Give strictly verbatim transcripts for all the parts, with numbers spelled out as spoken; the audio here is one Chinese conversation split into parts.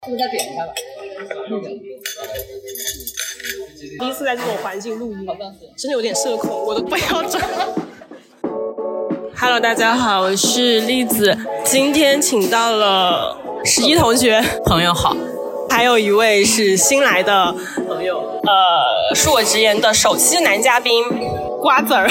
是不是再点一下吧？ 第一次在这种环境录音，真的有点社恐，我都不要整。Hello， 大家好，我是栗子，今天请到了十一同学， 朋友好， 还有一位是新来的朋友，呃，恕我直言的首期男嘉宾瓜子儿，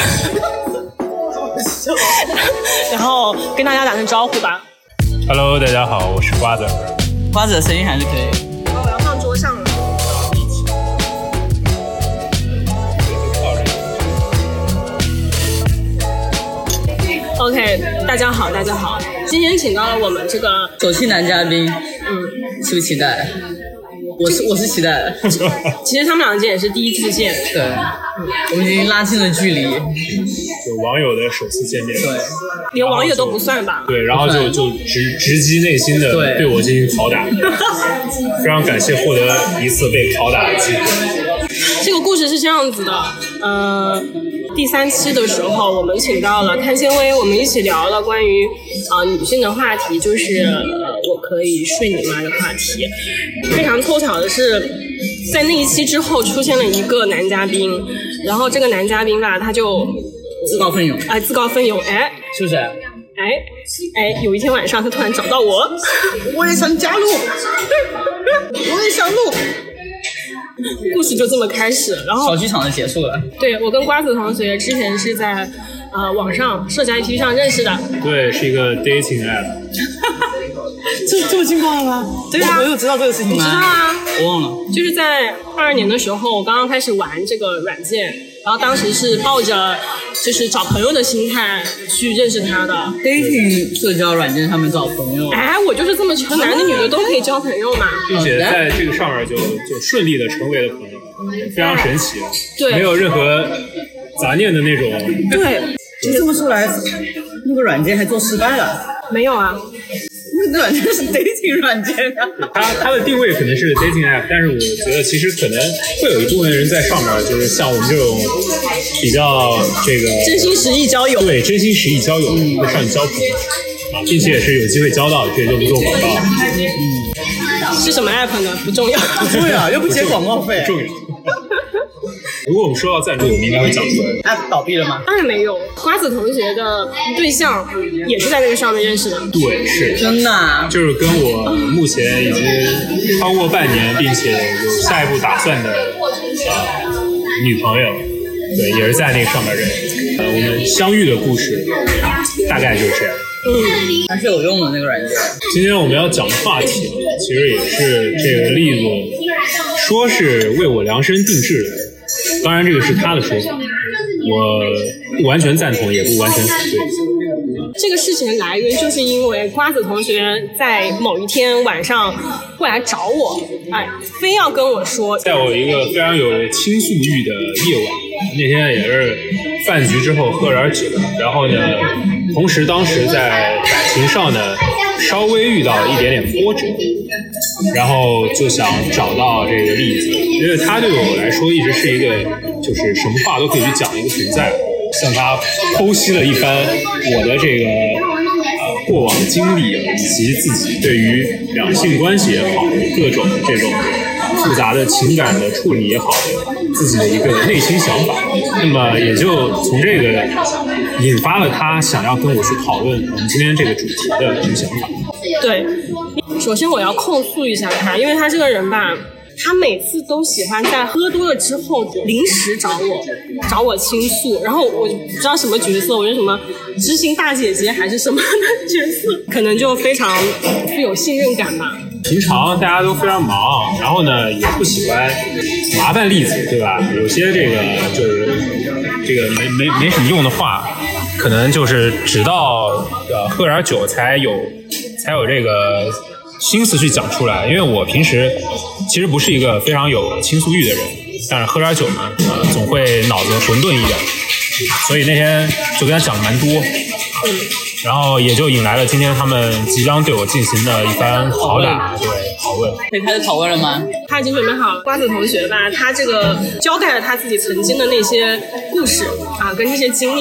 然后跟大家打声招呼吧。 Hello， 大家好，我是瓜子儿。 瓜子的声音还是可以。 哦，我要放桌上了。OK， 大家好，大家好，今天请到了我们这个首期男嘉宾， 嗯， 是不是期待？我是我是期待的。 其实他们两个也是第一次见， 对，我们已经拉近了距离。 有网友的首次见面， 对， 连网友都不算吧？ 对，然后就就直直击内心的对我进行拷打，非常感谢获得一次被拷打的机会。 这个故事是这样子的，呃，第三期的时候，我们请到了碳纤维，我们一起聊了关于啊、呃、女性的话题，就是呃我可以睡你妈的话题。非常凑巧的是，在那一期之后出现了一个男嘉宾，然后这个男嘉宾吧，他就自告奋勇， 哎、呃，自告奋勇，哎， 是不是？ 哎哎，有一天晚上，他突然找到我， 我也想加入，我也想录。 故事就这么开始，然后小剧场的结束了。 对，我跟瓜子同学之前是在呃网上社交 A P P 上认识的。 对，是一个 dating app。 这这么劲爆了吗？ 对啊， 我有知道这个事情吗？ 你知道啊？ 我忘了。 就是在二二年的时候，我刚刚开始玩这个软件，然后当时是抱着就是找朋友的心态去认识他的。 dating 社交软件上面找朋友。 哎，我就是这么穷，男的女的都可以交朋友嘛。 并且在这个上面就就顺利的成为了朋友，非常神奇。 对， 没有任何杂念的那种。 对， 就这么说来，那个软件还做失败了。 没有啊。 那个软件是 dating 软件啊， 它它的定位可能是 dating app， 但是我觉得其实可能会有一部分人在上面，就是像我们这种比较这个真心实意交友， 对，真心实意交友，会上去交朋友啊，并且也是有机会交到，这就不做广告。 嗯，是什么 app 呢？不重要， 不重要，又不接广告费， 不重要。如果我们收到赞助，我们应该会讲出来。 他倒闭了吗？ 当然没有。瓜子同学的对象也是在那个上面认识的。 对，是真的、啊， 就是跟我目前已经超过半年，并且有下一步打算的、呃、女朋友，对，也是在那个上面认识。呃，我们相遇的故事大概就是这样。 嗯， 还是有用的那个软件。 今天我们要讲的话题，其实也是这个例子说是为我量身定制的。当然这个是他的说法，我不完全赞同，也不完全反对。 这个事情的来源就是因为瓜子同学在某一天晚上会来找我，哎，非要跟我说， 在我一个非常有倾诉欲的夜晚，那天也是饭局之后喝点酒，然后呢，同时当时在感情上呢稍微遇到一点点波折，然后就想找到这个例子，因为他对我来说一直是一个就是什么话都可以去讲的一个存在，向他剖析了一番我的这个呃过往经历以及自己对于两性关系也好，各种这种复杂的情感的处理也好，自己的一个内心想法，那么也就从这个引发了他想要跟我去讨论我们今天这个主题的这个想法。 对，首先我要控诉一下他，因为他这个人吧，他每次都喜欢在喝多了之后临时找我找我倾诉，然后我不知道什么角色，我是什么知心大姐姐还是什么的角色，可能就非常富有信任感吧。 平常大家都非常忙，然后呢也不喜欢麻烦例子，对吧？有些这个就是这个没没没什么用的话，可能就是直到呃喝点酒才有才有这个心思去讲出来。因为我平时其实不是一个非常有倾诉欲的人，但是喝点酒呢，呃总会脑子混沌一点，所以那天就跟他讲的蛮多。嗯，然后也就引来了今天他们即将对我进行的一番拷打，对，拷问。 可以开始讨论了吗？ 他已经准备好了。瓜子同学吧，他这个交代了他自己曾经的那些故事啊，跟这些经历，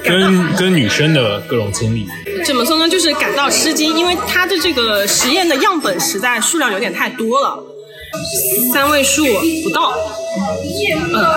跟跟女生的各种经历。 怎么说呢？就是感到吃惊，因为他的这个实验的样本实在数量有点太多了，三位数不到。嗯。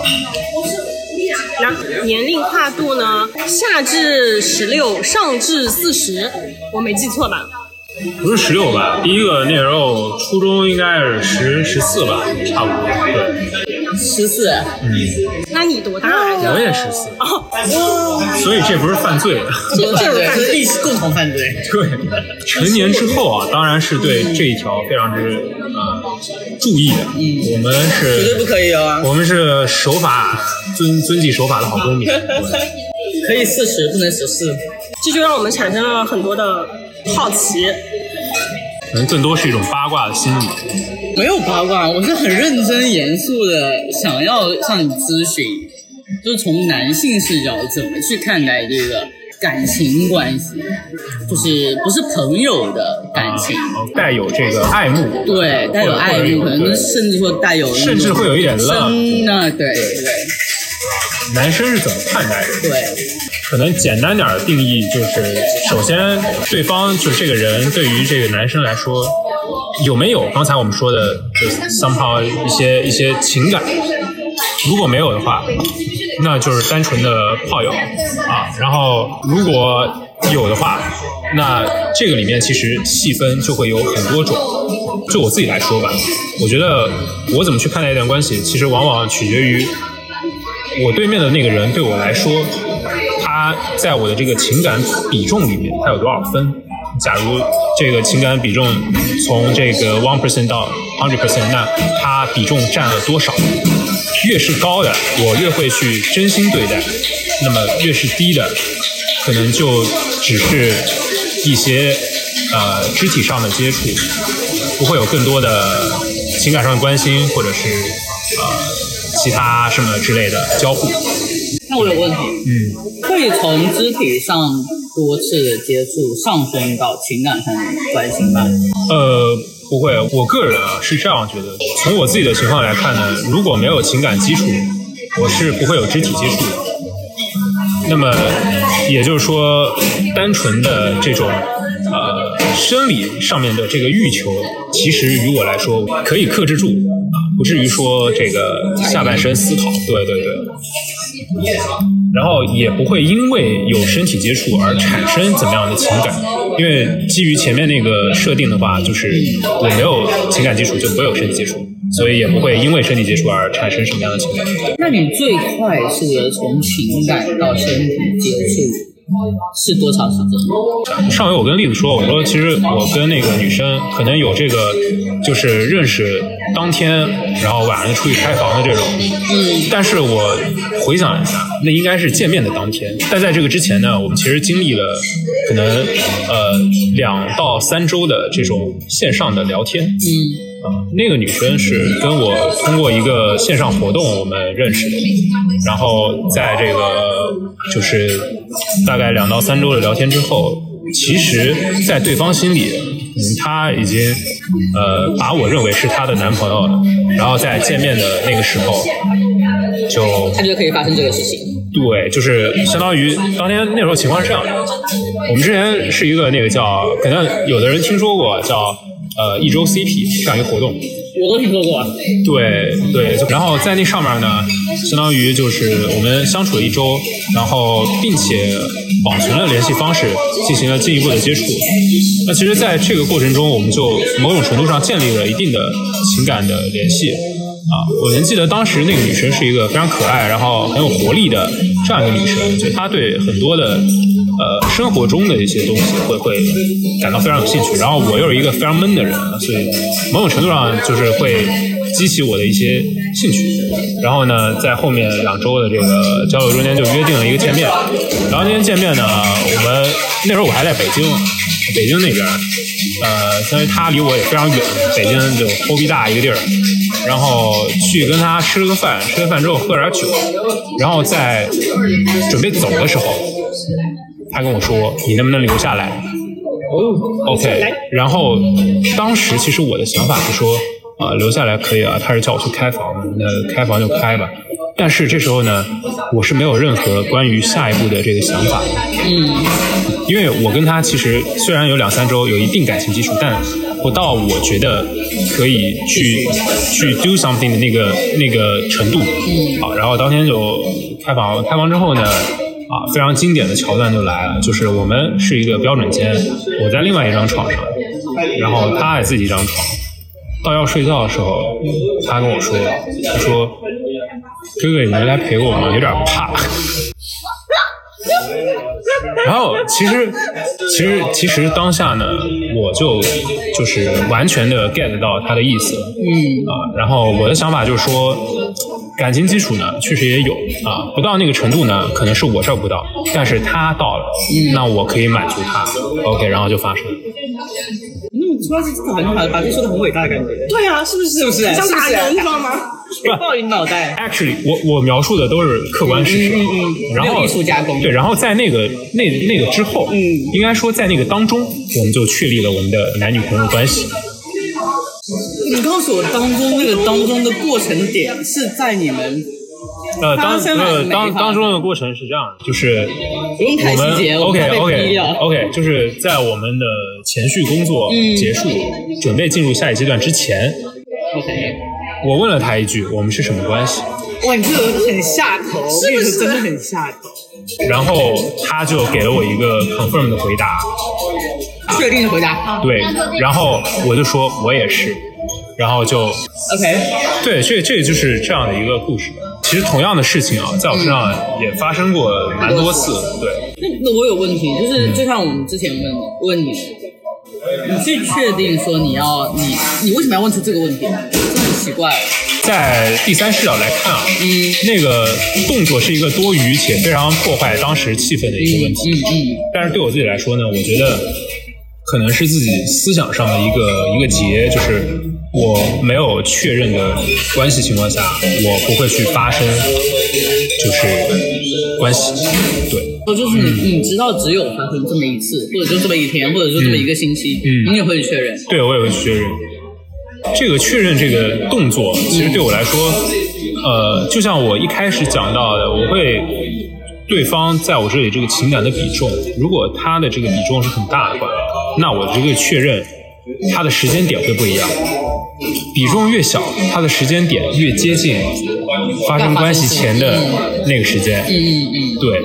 然后年龄跨度呢，下至十六，上至四十，我没记错吧？ 不是十六吧？第一个那时候初中应该是十十四吧，差不多。对， 十四。 嗯， 那你多大来着？ 我也十四。 哦， 所以这不是犯罪， 这是犯罪，这是一起共同犯罪。 对，成年之后啊，当然是对这一条非常之呃注意的。嗯，我们是绝对不可以哦。 我们是守法遵遵纪守法的好公民。 可以四十，不能十四。 这就让我们产生了很多的好奇， 可能更多是一种八卦的心理。 没有八卦，我是很认真严肃的想要向你咨询，就是从男性视角怎么去看待这个感情关系，就是不是朋友的感情， 啊、带有这个爱慕， 对，带有爱慕，可能甚至说带有甚至会有一点浪， 真的，对对。 男生是怎么看待的？ 对。 可能简单点的定义就是，首先对方就是这个人对于这个男生来说有没有刚才我们说的就 somehow 一些一些情感，如果没有的话，那就是单纯的炮友啊。然后如果有的话，那这个里面其实细分就会有很多种。就我自己来说吧，我觉得我怎么去看待一段关系，其实往往取决于我对面的那个人对我来说，他在我的这个情感比重里面他有多少分。假如这个情感比重从这个 one percent 到 hundred percent， 那他比重占了多少？越是高的我越会去真心对待，那么越是低的可能就只是一些呃肢体上的接触，不会有更多的情感上的关心或者是呃其他什么之类的交互。 那我有问题， 嗯， 会从肢体上多次的接触上升到情感上的关系吗？ 呃，不会，我个人啊是这样觉得。从我自己的情况来看呢，如果没有情感基础，我是不会有肢体接触的。那么也就是说，单纯的这种呃生理上面的这个欲求，其实于我来说可以克制住啊，不至于说这个下半身思考。对对对。然后也不会因为有身体接触而产生怎么样的情感，因为基于前面那个设定的话，就是我没有情感基础就不会有身体接触，所以也不会因为身体接触而产生什么样的情感。 那你最快速的从情感到身体接触是多长时间？ 上回我跟栗子说，我说其实我跟那个女生可能有这个就是认识当天然后晚上出去开房的这种，嗯，但是我回想了一下，那应该是见面的当天，但在这个之前呢，我们其实经历了可能呃两到三周的这种线上的聊天，嗯，啊，那个女生是跟我通过一个线上活动我们认识的，然后在这个就是大概两到三周的聊天之后，其实在对方心里嗯，他已经呃把我认为是他的男朋友了，然后在见面的那个时候就他觉得可以发生这个事情。 对，就是相当于当天那时候情况是这样的，我们之前是一个那个叫可能有的人听说过叫呃一周 C P 这样一个活动， 我都听说过。 对对，然后在那上面呢，相当于就是我们相处了一周，然后并且保存了联系方式，进行了进一步的接触。那其实在这个过程中，我们就某种程度上建立了一定的情感的联系啊。我能记得当时那个女生是一个非常可爱，然后很有活力的这样一个女生，就她对很多的呃生活中的一些东西会会感到非常有兴趣。然后我又是一个非常闷的人，所以某种程度上就是会激起我的一些兴趣。然后呢，在后面两周的这个交流中间就约定了一个见面。然后那天见面呢，我们那时候我还在北京，北京那边，呃，因为他离我也非常远，北京就齁逼大一个地儿。然后去跟他吃了个饭，吃了饭之后喝点酒，然后在准备走的时候，他跟我说：“你能不能留下来？”哦 ，OK。然后当时其实我的想法是说， 啊，留下来可以啊，他是叫我去开房的，那开房就开吧。但是这时候呢，我是没有任何关于下一步的这个想法。 嗯， 因为我跟他其实虽然有两三周有一定感情基础，但不到我觉得可以去去 do something 的那个那个程度。 嗯， 好，然后当天就开房，开房之后呢，啊，非常经典的桥段就来了，就是我们是一个标准间，我在另外一张床上，然后他在自己一张床。到要睡觉的时候，他跟我说，他说：“哥哥，你能来陪我吗？有点怕。”然后其实其实其实当下呢，我就就是完全的 get 到他的意思， 嗯啊，然后我的想法就是说，感情基础呢确实也有啊，不到那个程度呢，可能是我这不到，但是他到了， 嗯， 那我可以满足他 ，OK， 然后就发生了。 嗯，说到这个好像把这说的很伟大的感觉。 对啊，是不是？ 是不是？ 想打人，你知道吗？ 爆你脑袋。 Actually， 我我描述的都是客观事实， 嗯嗯嗯， 然后没有艺术加工。 对，然后在那个那那个之后， 嗯， 应该说在那个当中，我们就确立了我们的男女朋友关系。 你告诉我，当中那个当中的过程点是在你们呃，当呃当当当中的过程是这样的，就是不用太细节， 我们 OK OK 掉 OK， 就是在我们的前序工作结束，嗯、准备进入下一阶段之前 ，OK， 我问了他一句：“我们是什么关系？” 哇，你这个很下头， 是不是真的很下头？ 然后他就给了我一个 confirm 的回答， 确定的回答。 对，然后我就说我也是，然后就 OK， 对，这这就是这样的一个故事。其实同样的事情啊，在我身上也发生过蛮多次。对， 那那我有问题，就是就像我们之前问问你，你去确定说你要你你为什么要问出这个问题？这很奇怪。 在第三视角来看啊， 嗯， 那个动作是一个多余且非常破坏当时气氛的一个问题。 嗯 嗯, 嗯， 但是对我自己来说呢，我觉得可能是自己思想上的一个一个结，就是我没有确认的关系情况下，我不会去发生就是关系。对， 哦，就是你你知道只有发生这么一次，或者就这么一天，或者就这么一个星期， 嗯， 你也会确认。 对，我也会确认。这个确认这个动作，其实对我来说，呃，就像我一开始讲到的，我会对方在我这里这个情感的比重，如果他的这个比重是很大的话，那我这个确认他的时间点会不一样。比重越小，他的时间点越接近发生关系前的那个时间。 嗯嗯嗯， 对。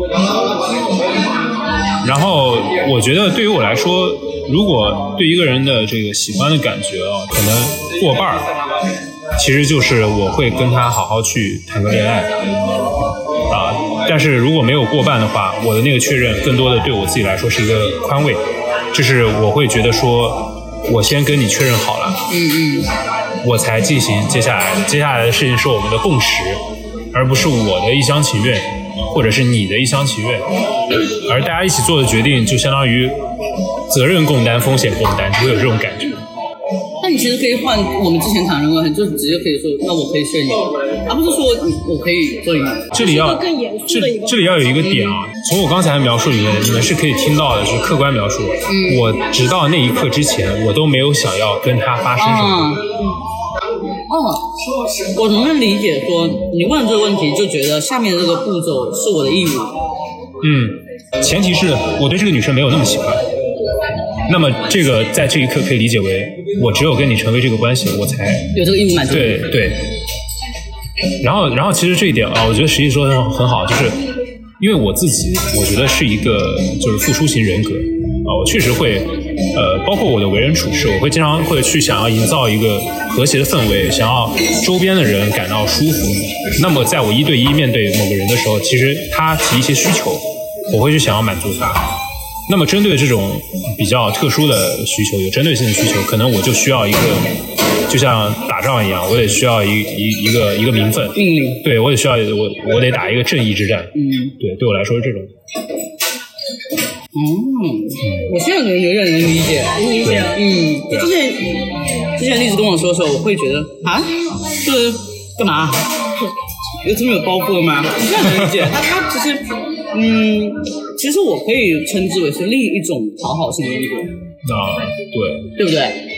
然后我觉得对于我来说，如果对一个人的这个喜欢的感觉啊，可能过半儿，其实就是我会跟他好好去谈个恋爱啊。但是如果没有过半的话，我的那个确认更多的对我自己来说是一个宽慰，就是我会觉得说，我先跟你确认好了， 嗯嗯， 我才进行接下来的，接下来的事情是我们的共识，而不是我的一厢情愿，或者是你的一厢情愿，而大家一起做的决定就相当于责任共担，风险共担，就会有这种感觉。 那你其实可以换我们之前谈论过，就直接可以说，那我可以睡你，而不是说我可以做你。 这里要更严肃的一个， 这里要有一个点啊，从我刚才的描述里面，你们是可以听到的，就是客观描述。 嗯， 我直到那一刻之前，我都没有想要跟他发生什么。 嗯哦，我能不能理解说，你问这个问题就觉得下面这个步骤是我的义务？ 嗯，前提是我对这个女生没有那么喜欢。那么这个在这一刻可以理解为，我只有跟你成为这个关系，我才有这个义务满足。 对对。然后，然后其实这一点啊，我觉得实际说的很好，就是因为我自己，我觉得是一个就是付出型人格啊，我确实会呃，包括我的为人处事，我会经常会去想要营造一个和谐的氛围，想要周边的人感到舒服。那么在我一对一面对某个人的时候，其实他提一些需求，我会去想要满足他。那么针对这种比较特殊的需求，有针对性的需求，可能我就需要一个，就像打仗一样，我得需要一一一个一个名分， 命令， 对我得需要我我得打一个正义之战， 嗯， 对，对我来说是这种。 嗯，我现在能有点能理解， 理解， 嗯，之前之前栗子跟我说的时候，我会觉得啊，这干嘛？有这么有包袱的吗？我现在能理解，他他其实，嗯，其实我可以称之为是另一种讨好型人格。 啊，对， 对不对？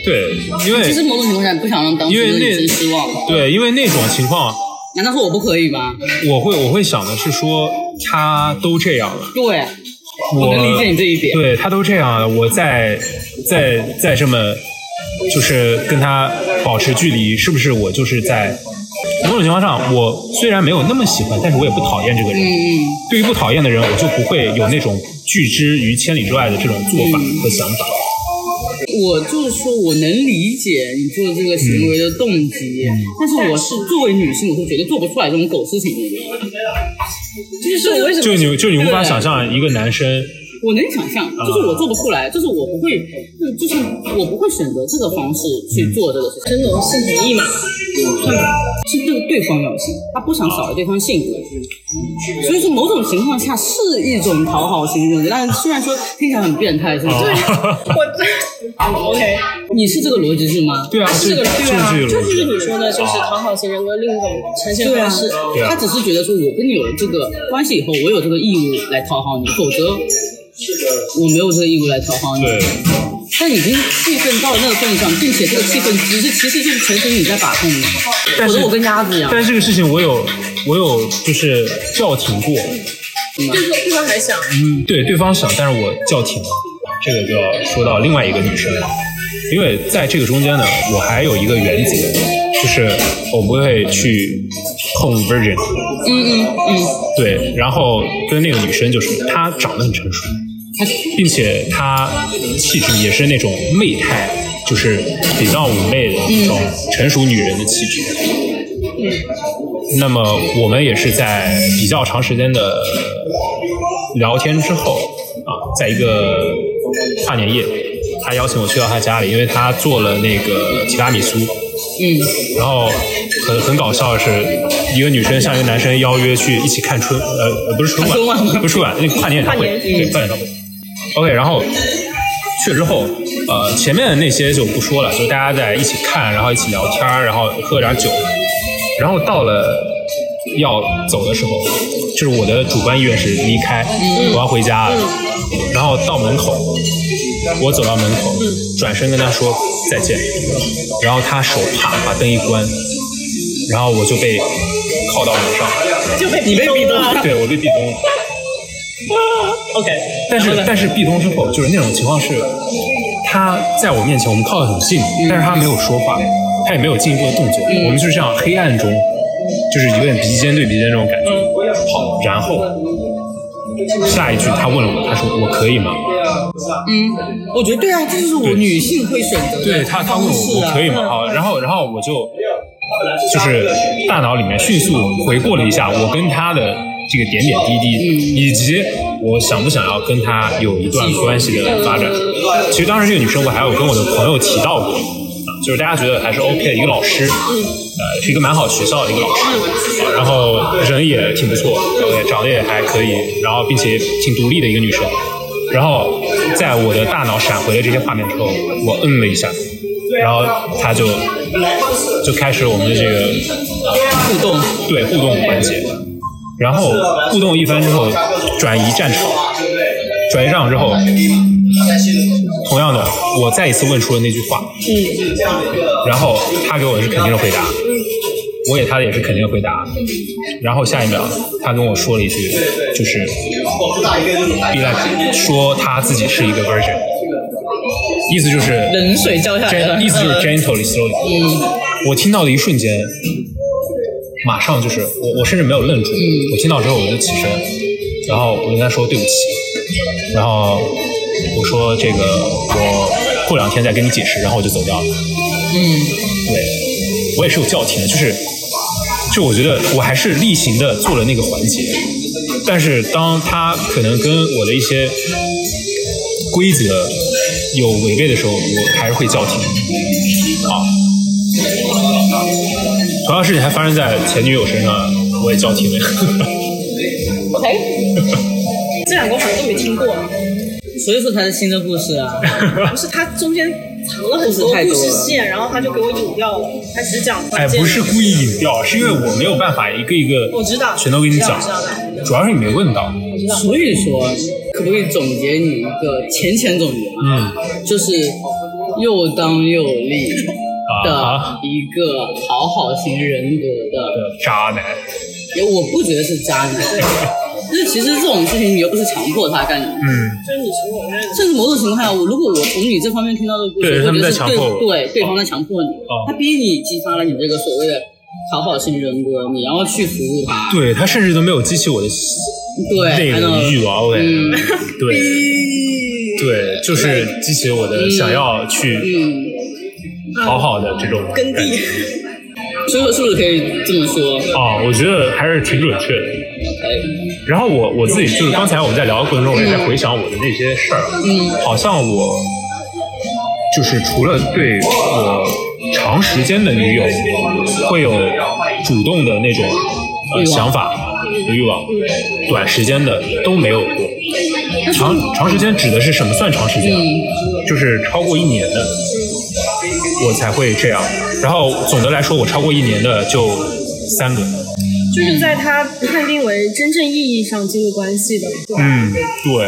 对，因为其实某种情况下不想让当事人女生失望。 对，因为那种情况， 难道说我不可以吗？ 我会我会想的是说，他都这样了。 对，我, 我能理解你这一点。 对，他都这样了，我再再再这么就是跟他保持距离，是不是我就是在某种情况上，我虽然没有那么喜欢，但是我也不讨厌这个人。 嗯嗯。 对于不讨厌的人，我就不会有那种拒之于千里之外的这种做法和想法。 嗯、我就是说我能理解你做这个行为的动机，嗯、但是我是作为女性，我是绝对做不出来这种狗事情的人。就是我为什么？ 就你就你无法想象一个男生。 我能想象，就是我做不出来，就是我不会，就是我不会选择这个方式去做这个事情。 真的性同意嘛？ 是这个对方要性，他不想扫了对方性格，所以说某种情况下是一种讨好型人格，但是虽然说听起来很变态，是不是？ 对，我 OK， 你是这个逻辑是吗？ 对啊， 是这个对啊， 就就是你说的，就是讨好型人格另一种呈现方式。 对啊，他只是觉得说我跟你有了这个关系以后，我有这个义务来讨好你，否则我没有这个义务来讨好你。 对。 但已经气氛到了那个份上，并且这个气氛其实其实就是全程你在把控的，否则我跟鸭子一样。 但是这个事情我有我有就是叫停过， 对对方还想， 嗯，对对方想，但是我叫停了。这个就要说到另外一个女生了，因为在这个中间呢，我还有一个原则，就是我不会去碰 virgin。 嗯嗯嗯。 对，然后跟那个女生就是她长得很成熟。并且她气质也是那种媚态，就是比较妩媚的那种成熟女人的气质。嗯，那么我们也是在比较长时间的聊天之后啊，在一个跨年夜，她邀请我去到她家里，因为她做了那个提拉米苏。 嗯，然后很很搞笑的是，一个女生向一个男生邀约去一起看春，呃，不是春晚，不是春晚，那个跨年演唱会，对，跨年演唱会。OK， 然后去了之后，呃，前面的那些就不说了，就大家在一起看，然后一起聊天，然后喝点酒，然后到了要走的时候，就是我的主观意愿是离开，嗯、我要回家了，嗯、然后到门口，我走到门口，嗯、转身跟他说再见，然后他手啪把灯一关，然后我就被靠到门上， 就被你被壁咚了， 对我被壁咚了。 OK， 但是但是壁咚之后，就是那种情况是，他在我面前，我们靠得很近，嗯、但是他没有说话，他也没有进一步的动作，嗯、我们就是这样黑暗中，就是有点鼻尖对鼻尖这种感觉。好，然后下一句他问了我，他说我可以吗？ 嗯，我觉得对啊，这就是我女性会选择的。 对他，他问我我可以吗？好，然后然后我就就是大脑里面迅速回过了一下我跟他的这个点点滴滴，嗯、以及我想不想要跟他有一段关系的发展。其实当时这个女生我还有跟我的朋友提到过，就是大家觉得还是 OK 的一个老师，呃，是一个蛮好学校的一个老师，然后人也挺不错，对，长得也还可以，然后并且挺独立的一个女生。然后在我的大脑闪回了这些画面之后，我嗯了一下，然后他就就开始我们的这个互动， 对互动环节。然后互动一番之后，转移战场，转移战场之后，同样的，我再一次问出了那句话，嗯，然后他给我的是肯定的回答，我给他的也是肯定的回答，然后下一秒他跟我说了一句，就是，be like 说他自己是一个 virgin， 意思就是冷水浇下来， 意思就是 gently slowly，嗯，我听到的一瞬间。马上就是我，我甚至没有愣住。嗯、我听到之后我就起身，然后我跟他说对不起，然后我说这个我过两天再跟你解释，然后我就走掉了。嗯，对，我也是有叫停的，就是就我觉得我还是例行的做了那个环节，但是当他可能跟我的一些规则有违背的时候，我还是会叫停。啊。同样事情还发生在前女友身上，我也叫停了。 OK， 这两个我好像都没听过， 所以说它是新的故事啊。 不是，它中间藏了很多故事线，然后他就给我引掉了。他只讲哎，不是故意引掉，是因为我没有办法一个一个， 我知道， 全都跟你讲。主要是你没问到。 所以说，可不可以总结你一个浅浅总结？ 嗯， 就是又当又立的啊一个讨好型人格的渣男。 我不觉得是渣男，就是其实这种事情你又不是强迫他干的， 嗯， 就是你情我愿。 甚至某种情况下，我如果我从你这方面听到的故事， 对，他们在强迫，对，对方在强迫你， 哦、 他逼你激发了你这个所谓的讨好型人格，你要去服务他， 对他甚至都没有激起我的对那个欲望，对、 嗯， 对对，就是激起我的想要去讨好的这种耕地。 是不是是不是可以这么说？ 哦，我觉得还是挺准确的。 Okay. 然后我我自己就是刚才我们在聊的过程中，我也在回想我的那些事儿， 嗯， 好像我就是除了对我长时间的女友会有主动的那种呃想法和欲望，短时间的都没有过。长长时间指的是什么算长时间？嗯、就是超过一年的。我才会这样，然后总的来说，我超过一年的就三个， 就是在他判定为真正意义上进入关系的。 嗯，对。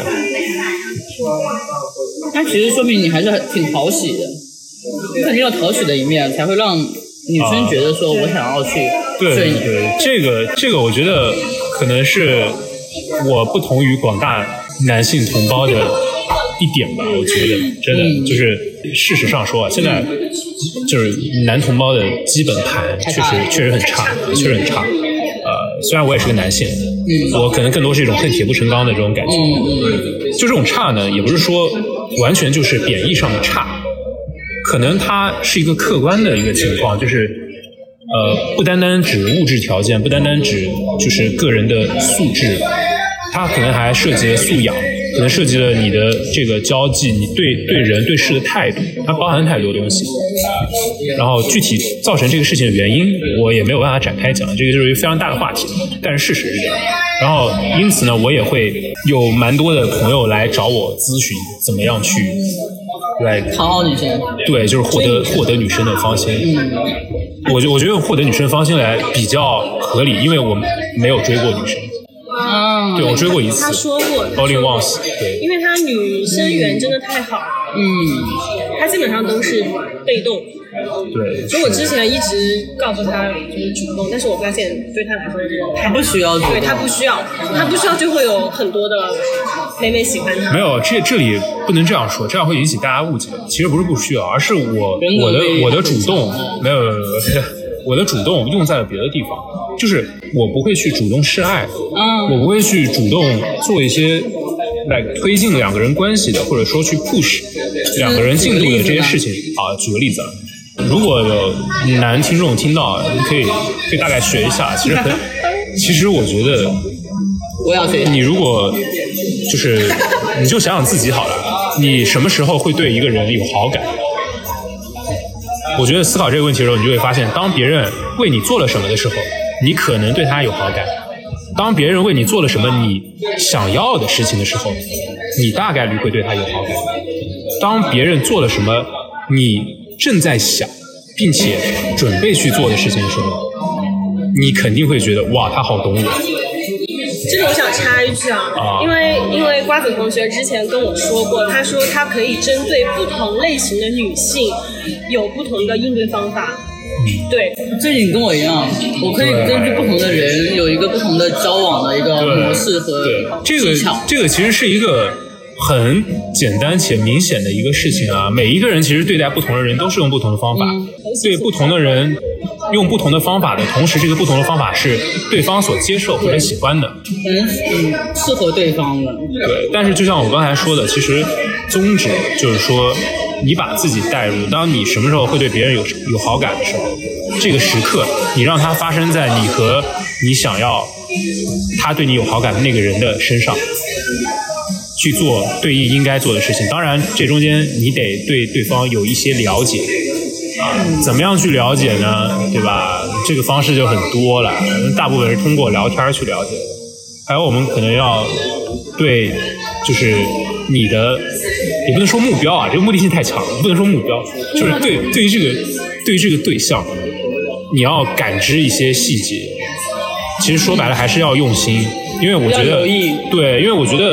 那其实说明你还是挺讨喜的，你肯定要讨喜的一面，才会让女生觉得说我想要去对你。对对，这个这个，我觉得可能是我不同于广大男性同胞的一点吧，我觉得真的就是事实上说啊，现在就是男同胞的基本盘确实确实很差，确实很差。呃，虽然我也是个男性，我可能更多是一种恨铁不成钢的这种感觉。就这种差呢，也不是说完全就是贬义上的差，可能它是一个客观的一个情况，就是呃，不单单指物质条件，不单单指就是个人的素质，它可能还涉及了素养。可能涉及了你的这个交际，你对对人对事的态度，它包含太多东西。然后具体造成这个事情的原因，我也没有办法展开讲，这个就是一个非常大的话题。但是事实是这样。然后因此呢，我也会有蛮多的朋友来找我咨询，怎么样去来讨好女生。 对，就是获得获得女生的芳心。嗯，我觉我觉得获得女生芳心来比较合理，因为我没有追过女生。 啊， 对，我追过一次。 他说过 ，Only once。对， 因为他女生缘真的太好了。 嗯， 他基本上都是被动。 对。 所以我之前一直告诉他就是主动，但是我发现对他来说是太不需要主动， 对他不需要，他不需要就会有很多的妹妹喜欢他。 没有，这这里不能这样说，这样会引起大家误解。其实不是不需要，而是我我的我的主动没有。我的主动用在了别的地方，就是我不会去主动示爱， 嗯， 我不会去主动做一些来推进两个人关系的，或者说去 push 两个人进度的这些事情啊。举个例子，如果有男听众听到，你可以可以大概学一下。其实很，其实我觉得， 我要学。 你如果就是你就想想自己好了，你什么时候会对一个人有好感？我觉得思考这个问题的时候，你就会发现，当别人为你做了什么的时候，你可能对他有好感；当别人为你做了什么你想要的事情的时候，你大概率会对他有好感；当别人做了什么你正在想并且准备去做的事情的时候，你肯定会觉得哇，他好懂我。 这个我想插一句啊， 啊因为因为瓜子同学之前跟我说过，他说他可以针对不同类型的女性有不同的应对方法。嗯、对， 这你跟我一样，我可以根据不同的人有一个不同的交往的一个模式和技巧。 这个这个其实是一个很简单且明显的一个事情啊，每一个人其实对待不同的人都是用不同的方法，嗯、对不同的人用不同的方法的同时，这个不同的方法是对方所接受或者喜欢的， 嗯嗯，适合对方的。 对，但是就像我刚才说的，其实宗旨就是说，你把自己带入，当你什么时候会对别人有有好感的时候，这个时刻你让它发生在你和你想要他对你有好感的那个人的身上，去做对应应该做的事情。当然，这中间你得对对方有一些了解。啊，怎么样去了解呢？对吧？这个方式就很多了，大部分是通过聊天去了解的。还有我们可能要对，就是你的，也不能说目标啊，这个目的性太强了，不能说目标，就是对对于这个对于这个对象，你要感知一些细节。其实说白了还是要用心，因为我觉得，对，因为我觉得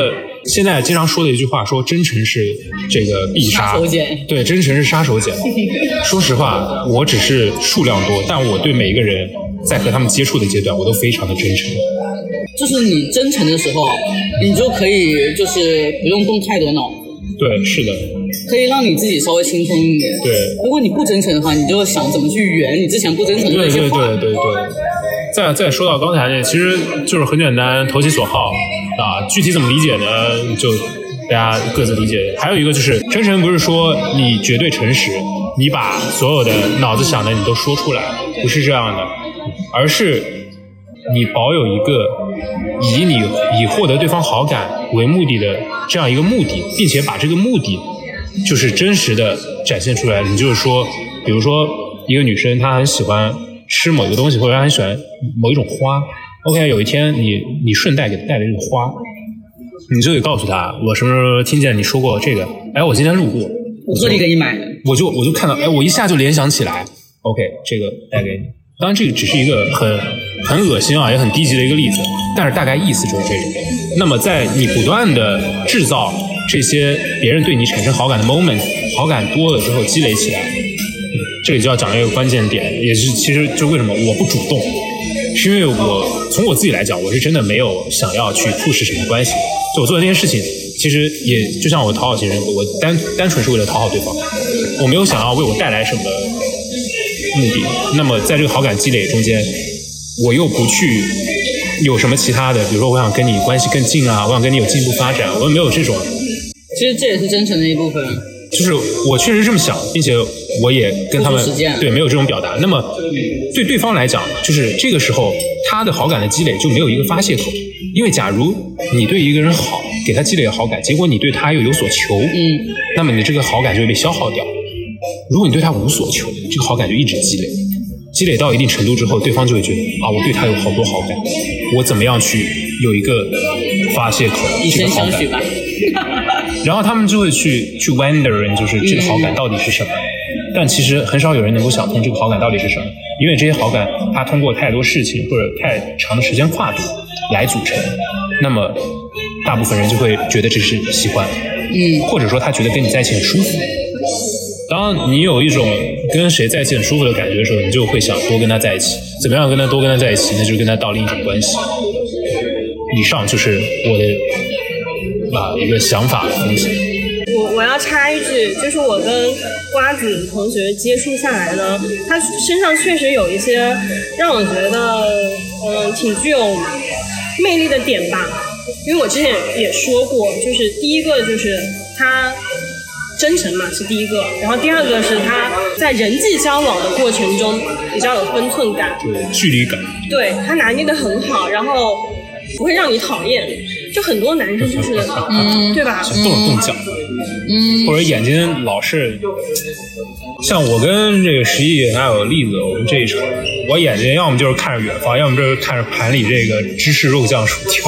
现在经常说的一句话，说真诚是这个必杀， 杀手锏。 对，真诚是杀手锏。说实话，我只是数量多，但我对每一个人在和他们接触的阶段，我都非常的真诚。 就是你真诚的时候，你就可以就是不用动太多脑子。 对，是的， 可以让你自己稍微轻松一点。 对， 如果你不真诚的话，你就想怎么去圆你之前不真诚的那些话。 对对对对对。再再说到刚才那，其实就是很简单，投其所好啊。具体怎么理解呢？就大家各自理解。还有一个就是真诚，不是说你绝对诚实，你把所有的脑子想的你都说出来，不是这样的，而是你保有一个以你以获得对方好感为目的的这样一个目的，并且把这个目的就是真实的展现出来。你就是说，比如说一个女生她很喜欢吃某一个东西，或者她很喜欢某一种花 OK， 有一天你你顺带给她带了这个花，你就得告诉她，我什么时候听见你说过这个，哎，我今天路过， 我特地给你买的， 我就我就看到，哎，我一下就联想起来 OK， 这个带给你。当然这个只是一个很很恶心啊也很低级的一个例子，但是大概意思就是这种。那么在你不断的制造这些别人对你产生好感的 moment， 好感多了之后积累起来，这里就要讲一个关键点，也是其实就为什么我不主动，是因为我从我自己来讲，我是真的没有想要去促使什么关系，就我做的那件事情其实也就像我讨好型人格，我单单纯是为了讨好对方，我没有想要为我带来什么目的。那么在这个好感积累中间，我又不去有什么其他的，比如说我想跟你关系更近啊，我想跟你有进一步发展，我也没有这种。 其实这也是真诚的一部分， 就是我确实这么想，并且我也跟他们对没有这种表达。那么对对方来讲，就是这个时候他的好感的积累就没有一个发泄口，因为假如你对一个人好，给他积累了好感，结果你对他又有所求， 嗯， 那么你这个好感就会被消耗掉。如果你对他无所求，这个好感就一直积累，积累到一定程度之后，对方就会觉得啊，我对他有好多好感，我怎么样去有一个发泄口， 以身相许吧。 然后他们就会去去 wonder， 就是这个好感到底是什么、嗯、但其实很少有人能够想通这个好感到底是什么，因为这些好感它通过太多事情或者太长的时间跨度来组成，那么大部分人就会觉得这是喜欢， 嗯， 或者说他觉得跟你在一起很舒服。当你有一种跟谁在一起很舒服的感觉的时候，你就会想多跟他在一起，怎么样跟他多跟他在一起，那就是跟他到另一种关系。以上就是我的啊一个想法分析。 我我要插一句，就是我跟瓜子同学接触下来呢，他身上确实有一些让我觉得嗯挺具有魅力的点吧。因为我之前也说过，就是第一个就是他真诚嘛，是第一个，然后第二个是他在人际交往的过程中比较有分寸感， 对，距离感， 对，他拿捏得很好，然后不会让你讨厌。就很多男生就是，嗯，对吧？ 动手动脚，嗯，或者眼睛老是，像我跟这个十一还有栗子，我们这一场，我眼睛要么就是看着远方，要么就是看着盘里这个芝士肉酱薯条。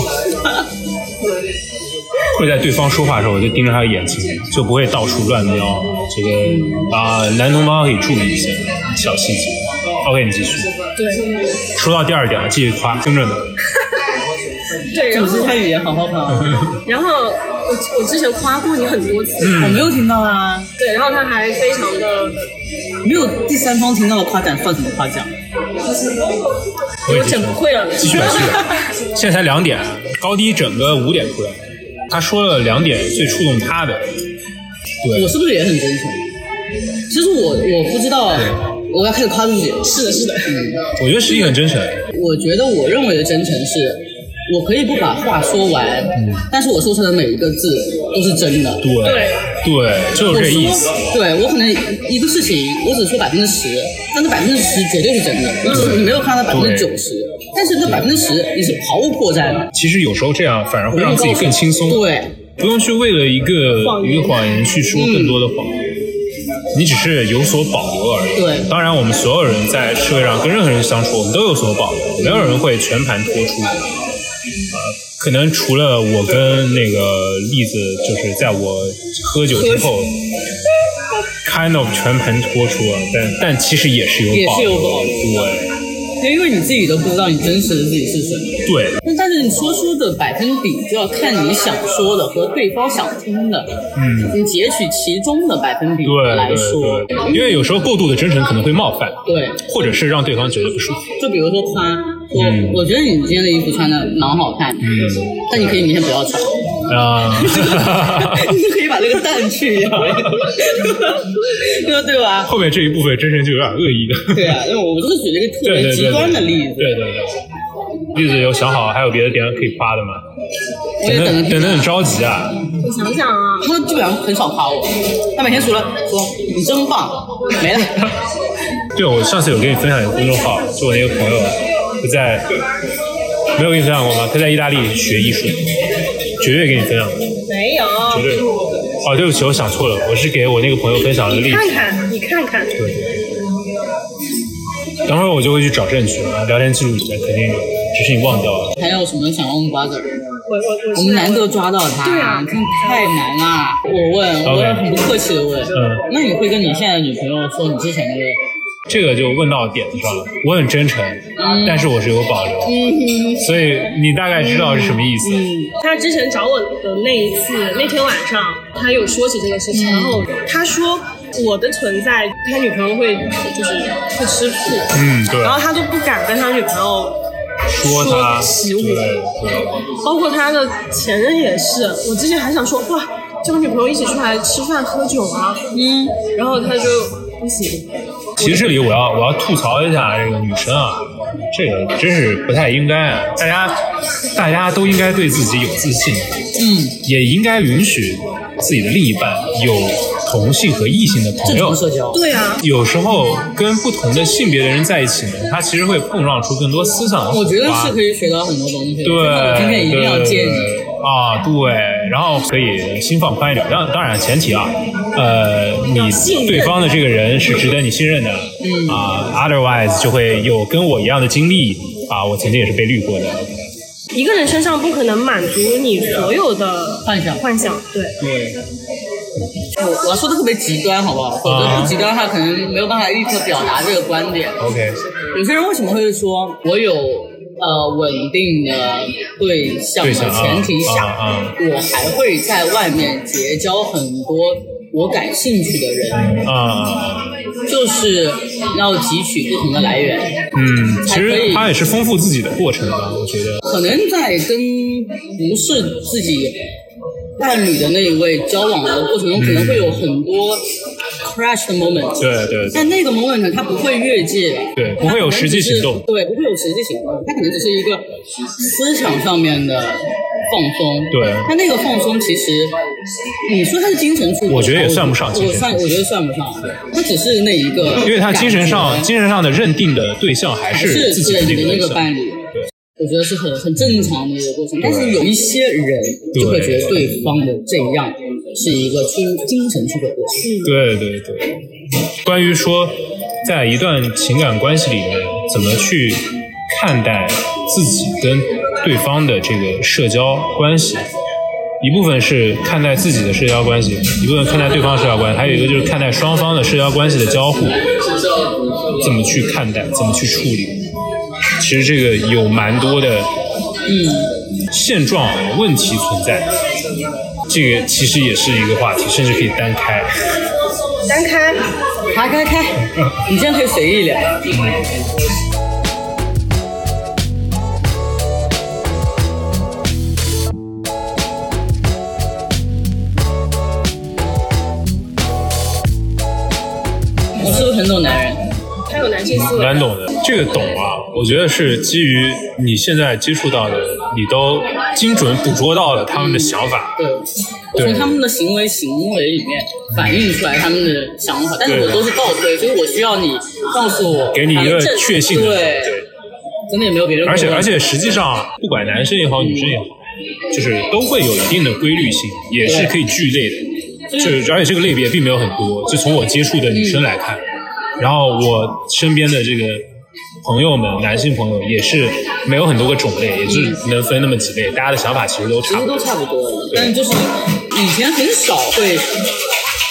或者在对方说话的时候，我就盯着他的眼睛，就不会到处乱瞄。这个啊、呃，男同胞可以注意一些小细节。OK， 你继续。 对。 说到第二点了，继续夸，听着呢。 对，然后组织泰语也好好夸。 然后我我之前夸过你很多次， 嗯、我没有听到啊。 对，然后他还非常的没有第三方听到的夸奖算什么夸奖？ 我整不会了。 继续吧，继续吧。现在才两点，高低整个五点出来。他说了两点最触动他的，对， 我是不是也很真诚？其实我我不知道，我要开始夸自己。 是的，是的， 嗯，我觉得十一很真诚。 我觉得我认为的真诚是，我可以不把话说完，嗯、但是我说出来的每一个字都是真的。 对对，就是这意思。 对，我可能一个事情我只说百分之十，但是百分之十绝对是真的，我只没有看到百分之九十。但是这百分之十你是毫无破绽的。 其实有时候这样反而会让自己更轻松， 对， 不用去为了一个一个谎言去说更多的谎言，嗯、你只是有所保留而已。 对， 当然我们所有人在社会上跟任何人相处，我们都有所保留，没有人会全盘托出。呃，可能除了我跟那个栗子，就是在我喝酒之后。kind of 全盘托出了，但但其实也是有保留， 也是有保留， 对。 因为你自己都不知道你真实的自己是什么。 对。 但是是你说出的百分比就要看你想说的和对方想听的， 嗯， 你截取其中的百分比来说， 对对对，因为有时候过度的真诚可能会冒犯， 对， 或者是让对方觉得不舒服。 就比如说他说、嗯、我觉得你今天的衣服穿的蛮好看的，嗯，但你可以明天不要穿啊，你就可以把这个淡去掉对吧？ 后面这一部分真诚就有点恶意的。 对啊，因为我就是举了一个特别极端的例子。 对对 对, 对, 对, 对，例子有想好，还有别的点可以夸的吗？ 我也等着等得很着急啊！ 我想想啊， 他基本上很少夸我，他每天除了说你真棒，没了。 对，我上次有跟你分享一个公众号，就我那个朋友，他在没有跟你分享过吗？他在意大利学艺术，绝对给你分享过。 没有， 绝对。哦，对不起，我想错了，我是给我那个朋友分享的例子。 你看看，你看看。 对。等会儿我就会去找证据，聊天记录里面肯定有，只是你忘掉了。 还有什么想用瓜子？ 我我我们难得抓到他， 对啊， 真的太难了。我问， okay. 我也很不客气的问，嗯，那你会跟你现在的女朋友说你之前那个？ 这个就问到点子上了，我很真诚，嗯、但是我是有保留，嗯、所以你大概知道是什么意思。 嗯嗯、他之前找我的那一次，那天晚上他有说起这个事情，嗯、然后他说我的存在，他女朋友会就是会吃醋， 嗯，对， 然后他都不敢跟他女朋友说他起我， 对对， 包括他的前任也是，我之前还想说哇，叫我女朋友一起出来吃饭喝酒啊，嗯，然后他就不行。 其实这里我要我要吐槽一下这个女生啊，这个真是不太应该，大家大家都应该对自己有自信，嗯，也应该允许自己的另一半有同性和异性的朋友， 社交， 对啊， 有时候跟不同的性别的人在一起呢，他其实会碰撞出更多思想的火花， 我觉得是可以学到很多东西。 对， 我今天一定要见你啊，对，然后可以心放宽一点，当当然前提啊，呃，你对方的这个人是值得你信任的，嗯啊 ，otherwise 就会有跟我一样的经历啊，我曾经也是被绿过的。 一个人身上不可能满足你所有的幻想， 幻想，对。 对。我我要说的特别极端，好不好？否则不极端的话，可能没有办法立刻表达这个观点。 OK。 有些人为什么会说我有呃稳定的对象的前提下，啊啊啊、我还会在外面结交很多我感兴趣的人？啊。就是要汲取不同的来源， 嗯，其实它也是丰富自己的过程吧，我觉得。 可能在跟不是自己伴侣的那一位交往的过程中，嗯、可能会有很多 crash 的 moment， 对对对。 但那个 moment 呢，它不会越界， 对，不会有实际行动， 对，不会有实际行动，它可能只是一个思想上面的放松， 对。 它那个放松其实，你说它是精神出轨， 我觉得也算不上精神出轨， 我算，我觉得算不上，它只是那一个， 因为它精神上精神上的认定的对象还是自己的那个伴侣，对，我觉得是很很正常的一个过程。但是有一些人就会觉得对方的这样是一个出精神出轨过程。 对对对。关于说在一段情感关系里面怎么去看待自己跟对方的这个社交关系，一部分是看待自己的社交关系，一部分看待对方的社交关系，还有一个就是看待双方的社交关系的交互，怎么去看待，怎么去处理。其实这个有蛮多的嗯现状问题存在，这个其实也是一个话题，甚至可以单开。 单开， 开开开，你这样可以随意聊。我是不是很懂男人？ 他有男性思维。 蛮懂的，这个懂啊，我觉得是基于你现在接触到的，你都精准捕捉到了他们的想法。 对。从他们的行为行为里面反映出来他们的想法，但是我都是倒推，所以我需要你告诉我， 给你一个确信的， 对，真的也没有别人。 而且而且实际上，不管男生也好，女生也好，就是都会有一定的规律性，也是可以聚类的。就而且这个类别并没有很多，就从我接触的女生来看，嗯、然后我身边的这个朋友们，男性朋友也是没有很多个种类，也就是能分那么几类，大家的想法其实都差不多， 其实都差不多，但就是以前很少会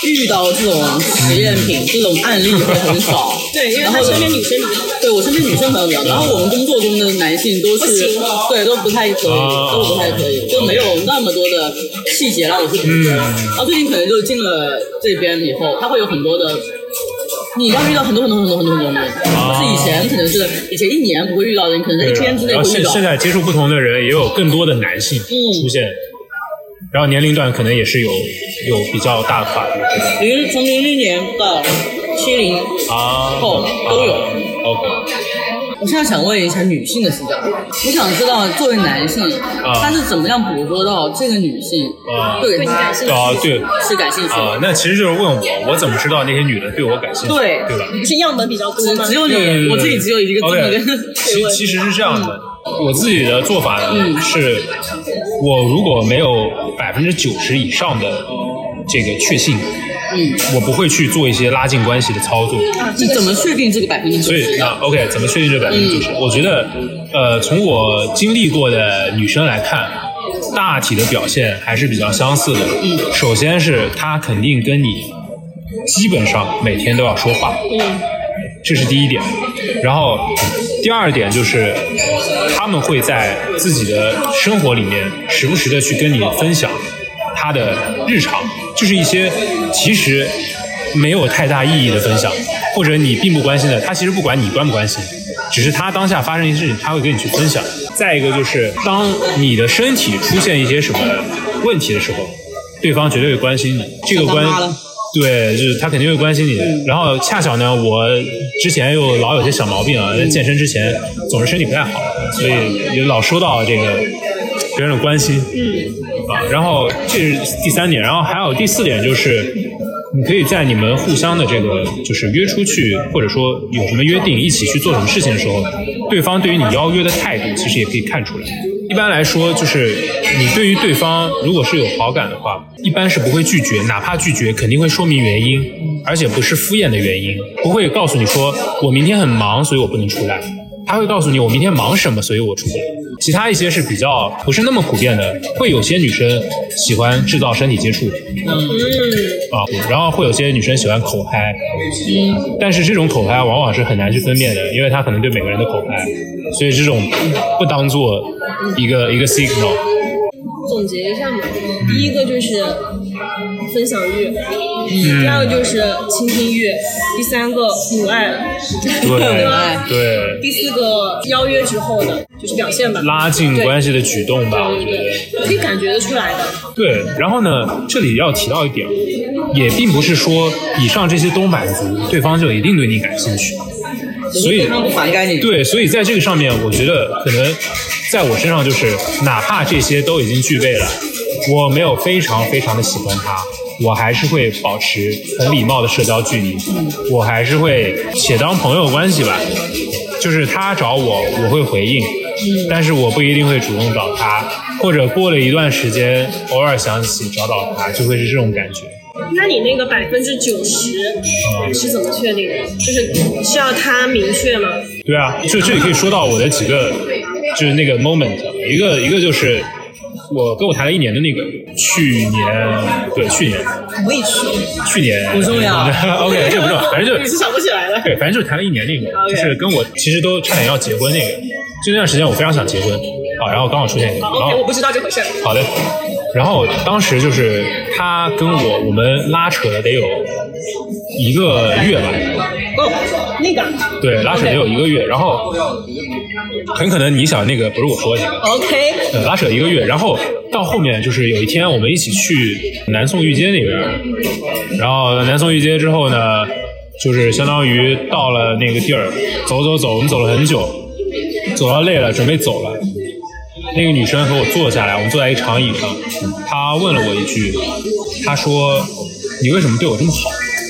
遇到这种实验品、这种案例会很少。 对，因为他身边女生比较多。 对我身边女生朋友比较多，然后我们工作中的男性都是对都不太可以，都不太可以，就没有那么多的细节让我去捕捉。然后最近可能就进了这边以后，他会有很多的。你要遇到很多很多很多很多很多人，啊、是以前可能是以前一年不会遇到的，你可能在一天之内会遇到。 现在接触不同的人，也有更多的男性出现，嗯、然后年龄段可能也是有有比较大的跨度。 零从零零年到七零啊后都有。 啊、OK。 我现在想问一下女性的视角，我想知道作为男性，啊、他是怎么样捕捉到这个女性啊对他啊对是感兴趣啊？那其实就是问我，我怎么知道那些女的对我感兴趣？ 对对吧？ 是样本比较多吗？ 只有你，对对对对我自己只有一个这么个。 其其实是这样的，嗯、我自己的做法呢、嗯、是，我如果没有百分之九十以上的这个确信。嗯，我不会去做一些拉近关系的操作。 啊，你怎么确定这个百分之九十？ 所以啊 ，OK， 怎么确定这个百分之九十？我觉得，呃，从我经历过的女生来看，大体的表现还是比较相似的。嗯，首先是她肯定跟你基本上每天都要说话。嗯，这是第一点。然后第二点就是他们会在自己的生活里面时不时的去跟你分享他的日常，就是一些其实没有太大意义的分享，或者你并不关心的，他其实不管你关不关心，只是他当下发生一些事情，他会跟你去分享。再一个就是当你的身体出现一些什么问题的时候，对方绝对会关心你，这个关对，就是他肯定会关心你。然后恰巧呢，我之前又老有些小毛病啊，在健身之前总是身体不太好，所以也老收到这个别人的关心。嗯啊，然后这是第三点，然后还有第四点就是，你可以在你们互相的这个就是约出去，或者说有什么约定一起去做什么事情的时候，对方对于你邀约的态度其实也可以看出来。一般来说，就是你对于对方如果是有好感的话，一般是不会拒绝，哪怕拒绝肯定会说明原因，而且不是敷衍的原因，不会告诉你说我明天很忙所以我不能出来，他会告诉你我明天忙什么所以我出不来。其他一些是比较不是那么普遍的，会有些女生喜欢制造身体接触，嗯啊，然后会有些女生喜欢口嗨，嗯，但是这种口嗨往往是很难去分辨的，因为她可能对每个人的口嗨，所以这种不当做一个一个 signal。 总结一下嘛，第一个就是分享欲，嗯、第二个就是倾听欲，第三个母爱， 对吧？对。 第四个邀约之后的就是表现吧， 拉近关系的举动吧，我觉得可以感觉得出来的。对， 然后呢，这里要提到一点，也并不是说以上这些都满足，对方就一定对你感兴趣。所以对，所以在这个上面，我觉得可能在我身上就是，哪怕这些都已经具备了，我没有非常非常的喜欢他，我还是会保持很礼貌的社交距离，我还是会且当朋友关系吧，就是他找我，我会回应，但是我不一定会主动找他，或者过了一段时间偶尔想起找找他，就会是这种感觉。 那你那个百分之九十是怎么确定的？就是需要他明确吗？ 对啊，就这里可以说到我的几个，就是那个 moment， 一个一个就是我跟我谈了一年的那个，去年对去年， 我也去， 去年不重要 ，OK， 这个不重要，反正就你是想不起来了， 对，反正就是谈了一年那个， okay. 就是跟我其实都差点要结婚那个，就那段时间我非常想结婚，好，然后刚好出现一个， 好 ，OK， 我不知道这回事， 好的。然后当时就是他跟我我们拉扯了得有一个月吧。 哦，那个。 对，拉扯得有一个月， okay. 然后很可能你想那个不是我说的那个。 OK。 呃，拉扯一个月，然后到后面就是有一天我们一起去南宋御街那边，然后南宋御街之后呢，就是相当于到了那个地儿，走走走，我们走了很久，走到累了，准备走了。那个女生和我坐下来，我们坐在一长椅上，她问了我一句，她说：“你为什么对我这么好？”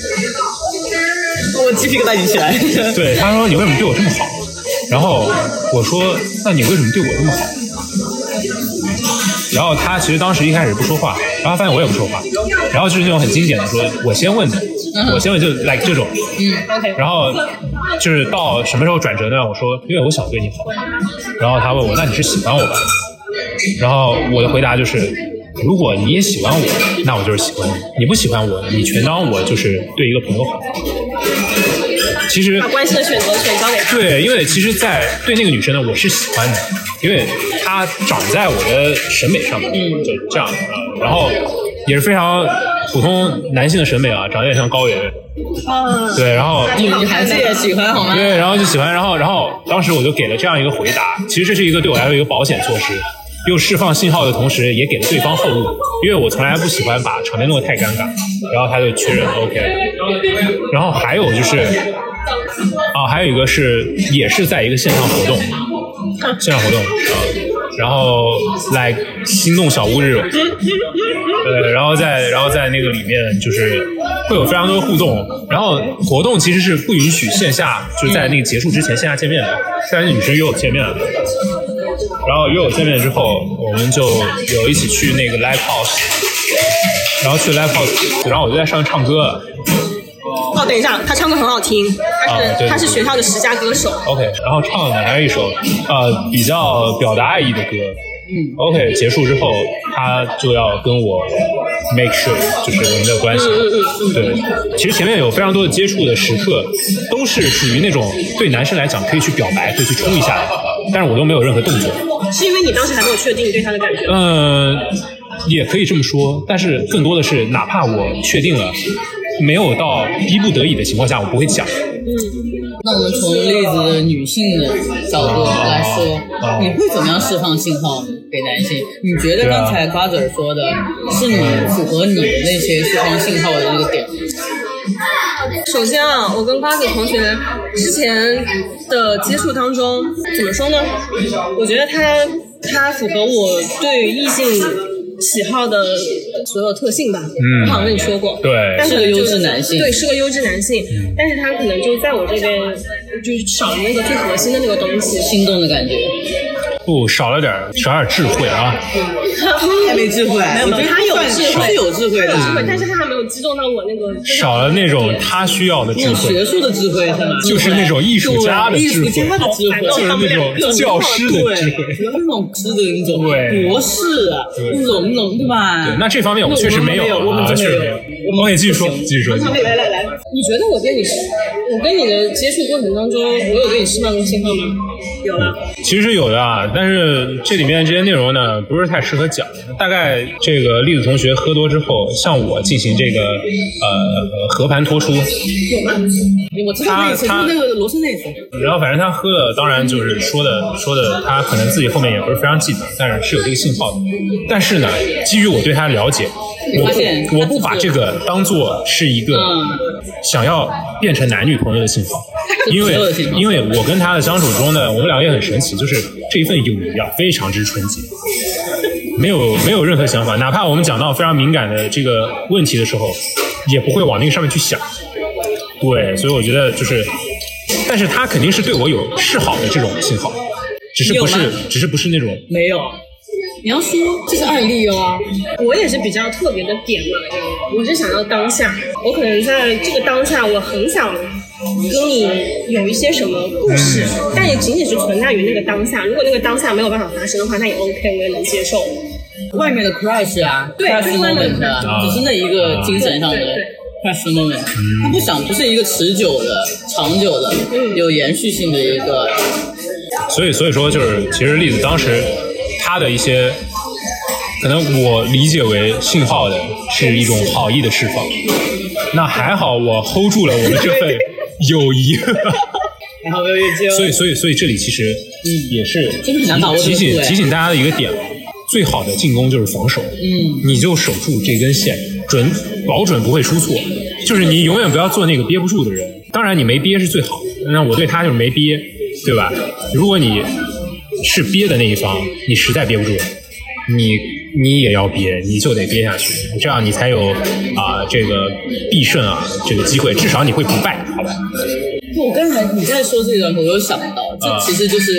我鸡皮疙瘩起来。 对，她说：“你为什么对我这么好？”然后我说：“那你为什么对我这么好？”然后她其实当时一开始不说话，然后发现我也不说话，然后就是那种很经典的说：“我先问的，我先问就 like 这种。” 嗯 ，OK。 然后就是到什么时候转折呢？我说：“因为我想对你好。”然后她问我：“那你是喜欢我吧？”然后我的回答就是：“ 如果你也喜欢我，那我就是喜欢你；你不喜欢我，你全当我就是对一个朋友好。其实把关系的选择权交给他。 对，因为其实在对那个女生呢，我是喜欢的，因为她长在我的审美上面，嗯，就这样，嗯，然后也是非常普通男性的审美啊，长得有点像高圆圆，啊，对，然后女孩子也喜欢好吗？ 对，然后就喜欢，然后然后当时我就给了这样一个回答，其实这是一个对我来说一个保险措施。又释放信号的同时，也给了对方后路，因为我从来不喜欢把场面弄得太尴尬，然后他就确认 OK。然后还有就是，啊，还有一个是也是在一个线上活动，线上活动啊，然后来心动小屋这种，呃，然后在然后在那个里面就是会有非常多的互动，然后活动其实是不允许线下，就是在那个结束之前线下见面的，现在女生约我见面了。然后约我见面之后，我们就有一起去那个 live house， 然后去 live house， 然后我就在上面唱歌。 哦，等一下，他唱歌很好听，他是、 啊、对对对他是学校的十佳歌手。 OK， 然后唱的还是一首呃比较表达爱意的歌。嗯 ，OK， 结束之后，他就要跟我 make sure 就是我们的关系。 嗯嗯嗯、 对，其实前面有非常多的接触的时刻，都是属于那种对男生来讲可以去表白，可以去冲一下的，但是我都没有任何动作。 是因为你当时还没有确定对他的感觉？ 嗯、呃，也可以这么说，但是更多的是，哪怕我确定了，没有到逼不得已的情况下，我不会讲。 嗯。 那我们从例子的女性的角度来说，啊、你会怎么样释放信号给男性？你觉得刚才瓜子儿说的是你符合你的那些释放信号的这个点？ 首先啊，我跟瓜子同学之前的接触当中，怎么说呢？我觉得他他符合我对异性喜好的所有特性吧，嗯，我好像跟你说过， 对， 但是个优质男性， 对，是个优质男性，嗯、但是他可能就在我这边就少了那个最核心的那个东西， 心动的感觉。 不，少了点，少点智慧啊！ 还没智慧，没有， 他有智慧， 是有智慧的， 有智慧，但是他还没有击中到我那个。 少了那种他需要的智慧， 学术的智慧是吗？ 就是那种艺术家的智慧， 艺术家的智慧， 就是那种教师的智慧， 不要那种师的那种博士，那种那种对吧？ 对，那这方面我确实没有啊，确实没有。我可以继续说，继续说。 来来来，你觉得我跟你，我跟你的接触过程当中，我有对你释放过信号吗？有啊。 其实是有的啊，但是这里面这些内容呢，不是太适合讲。大概这个栗子同学喝多之后，向我进行这个呃和盘托出。有吗？我知道那次，那个罗森那次。 然后反正他喝的，当然就是说的说的，他可能自己后面也不是非常记得，但是是有这个信号的。但是呢，基于我对他了解，我不我不把这个当做是一个想要变成男女朋友的信号。因为因为我跟他的相处中呢，我们两个也很神奇，就是这一份友谊啊非常之纯洁，没有没有任何想法，哪怕我们讲到非常敏感的这个问题的时候，也不会往那个上面去想。对，所以我觉得就是，但是他肯定是对我有示好的这种信号，只是不是只是不是那种没有。你要说这是案例哦， 我也是比较特别的点嘛，我是想要当下，我可能在这个当下，我很想跟你有一些什么故事，嗯、但也仅仅是存在于那个当下。如果那个当下没有办法发生的话，那也 OK， 我也能接受。 外面的 crush 啊， 对 crush moment 的，只是那一个精神上的 crush moment，、嗯、他不想不是一个持久的、长久的、嗯、有延续性的一个。 所以，所以说就是，其实栗子当时他的一些。可能我理解为信号的是一种好意的释放，那还好我 hold 住了我们这份友谊， 然后没有越界。 所以，所以，所以这里其实也是提醒提醒大家的一个点，最好的进攻就是防守。嗯，你就守住这根线，准保准不会出错。就是你永远不要做那个憋不住的人。当然，你没憋是最好的。那我对他就是没憋，对吧？如果你是憋的那一方，你实在憋不住，你。你也要憋，你就得憋下去，这样你才有啊、呃、这个必胜啊这个机会，至少你会不败，好吧？ 我刚才你在说这个，我有想到，这其实就是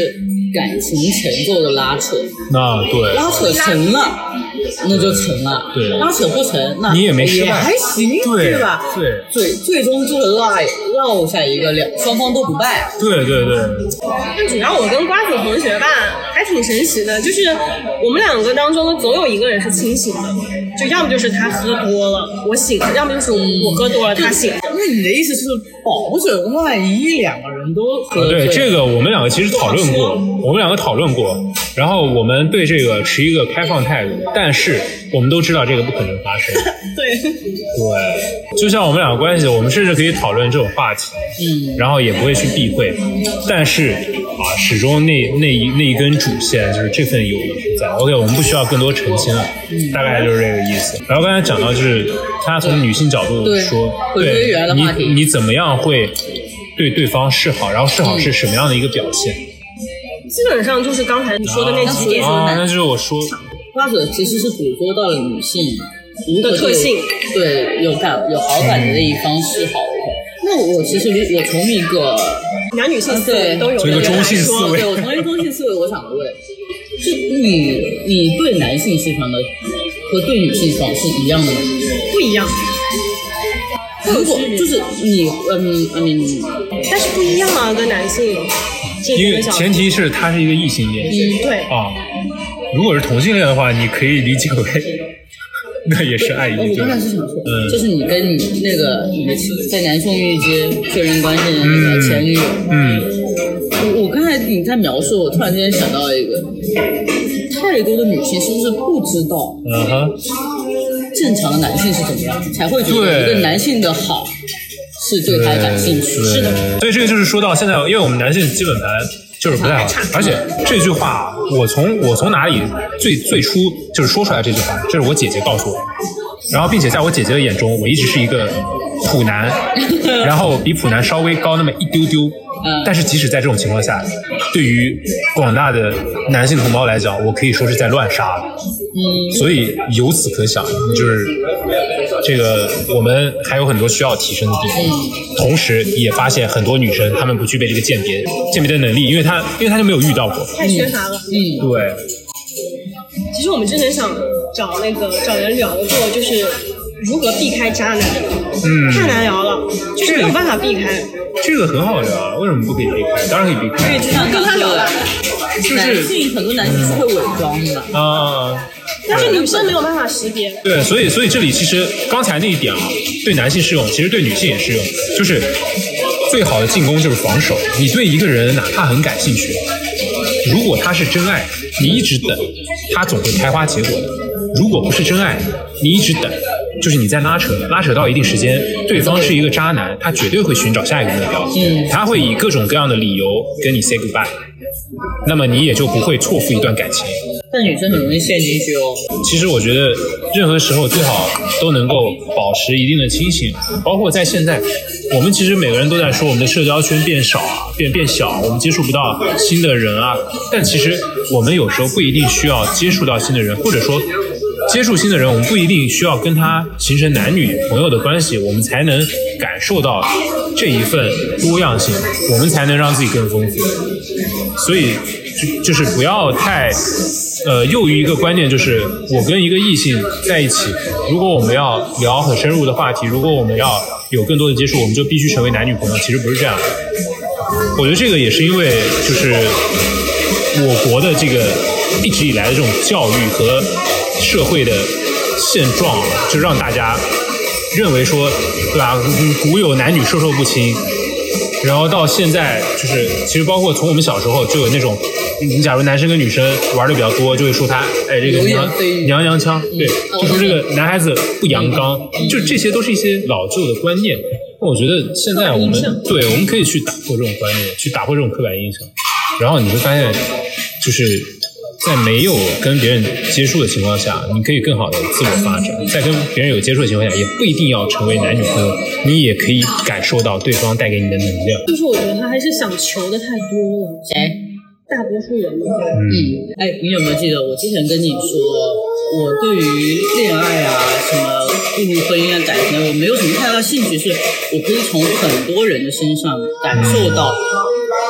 感情前奏的拉扯， 那对拉扯成了那就成了， 对， 拉扯不成那你也没失败， 也还行， 对对吧？ 对， 最最终就是落落下一个两双方都不败。 对对对。 但主要我跟瓜子同学吧还挺神奇的，就是我们两个当中总有一个人是清醒的，就要么就是他喝多了我醒了，要么就是我喝多了他醒了。 那你的意思是保准万一两个人都喝醉？ 对，这个我们两个其实讨论过，我们两个讨论过，然后我们对这个持一个开放态度，但是我们都知道这个不可能发生。 对对，就像我们两个关系，我们甚至可以讨论这种话题， 嗯，然后也不会去避讳，但是啊，始终那那一那一根主线就是这份友谊是在。OK， 我们不需要更多澄清了，嗯、大概就是这个意思。然后刚才讲到就是他从女性角度说， 对，对原来的话题你你怎么样会对对方示好，然后示好是什么样的一个表现？ 嗯、基本上就是刚才你说的那几点啊，那就是我说， 瓜子其实是捕捉到了女性的特性， 对有感有好感的那一方示好。那我其实我从一个男女性思维都有一个中性思维， 对我从一个中性思维，我想问，是你你对男性市场的和对女性市场是一样的吗？ 不一样。 如果就是你嗯嗯， 但是不一样啊，跟男性。 因为前提是他是一个异性恋， 嗯，对啊。如果是同性恋的话，你可以理解为那也是爱意。 我刚才是想说，嗯，就是你跟你那个你的在南宋御街确认关系的那个前女友， 嗯， 我我刚才你在描述，我突然间想到一个，太多的女性是不是不知道， 嗯哼， 正常的男性是怎么样，才会觉得一个男性的好是对他感兴趣，是的。 所以这个就是说到现在，因为我们男性基本盘就是不太好，而且这句话我从我从哪里最最初就是说出来这句话，这是我姐姐告诉我，然后并且在我姐姐的眼中，我一直是一个普男，然后比普男稍微高那么一丢丢，但是即使在这种情况下，对于广大的男性同胞来讲，我可以说是在乱杀，嗯，所以由此可想，就是这个我们还有很多需要提升的地方，同时也发现很多女生她们不具备这个鉴别鉴别的能力，因为她因为她就没有遇到过， 太缺乏了， 嗯，对。 其实我们真的想找那个找人聊过，就是如何避开渣男，嗯，太难聊了，就是没有办法避开。 这个很好聊，为什么不可以避开？当然可以避开。 对，就像跟他聊了，就是男性很多男性是会伪装的啊。 但是女生没有办法识别。 对，所以所以这里其实刚才那一点啊，对男性适用，其实对女性也适用。就是最好的进攻就是防守。你对一个人哪怕很感兴趣，如果他是真爱，你一直等，他总会开花结果的。如果不是真爱，你一直等，就是你在拉扯，拉扯到一定时间，对方是一个渣男，他绝对会寻找下一个目标，嗯，他会以各种各样的理由跟你 say goodbye， 那么你也就不会错付一段感情。 但女生很容易陷进去哦。 其实我觉得任何时候最好都能够保持一定的清醒，包括在现在，我们其实每个人都在说我们的社交圈变少啊，变变小，我们接触不到新的人啊。但其实我们有时候不一定需要接触到新的人，或者说接触新的人，我们不一定需要跟他形成男女朋友的关系，我们才能感受到这一份多样性，我们才能让自己更丰富。所以就就是不要太呃囿于一个观念，就是我跟一个异性在一起，如果我们要聊很深入的话题，如果我们要有更多的接触，我们就必须成为男女朋友。其实不是这样的。我觉得这个也是因为就是我国的这个一直以来的这种教育和社会的现状，就让大家认为说，对吧？古有男女授受不亲，然后到现在就是，其实包括从我们小时候就有那种，你假如男生跟女生玩的比较多，就会说他，哎，这个娘娘娘腔，对，就说这个男孩子不阳刚，就这些都是一些老旧的观念。我觉得现在我们对我们可以去打破这种观念，去打破这种刻板印象，然后你会发现，就是在没有跟别人接触的情况下，你可以更好的自我发展；在跟别人有接触的情况下，也不一定要成为男女朋友，你也可以感受到对方带给你的能量。 就是我觉得他还是想求的太多了。 谁？ 大多数人嘛。 嗯，哎，你有没有记得我之前跟你说，我对于恋爱啊、什么步入婚姻啊、感情，我没有什么太大兴趣，是我可以从很多人的身上感受到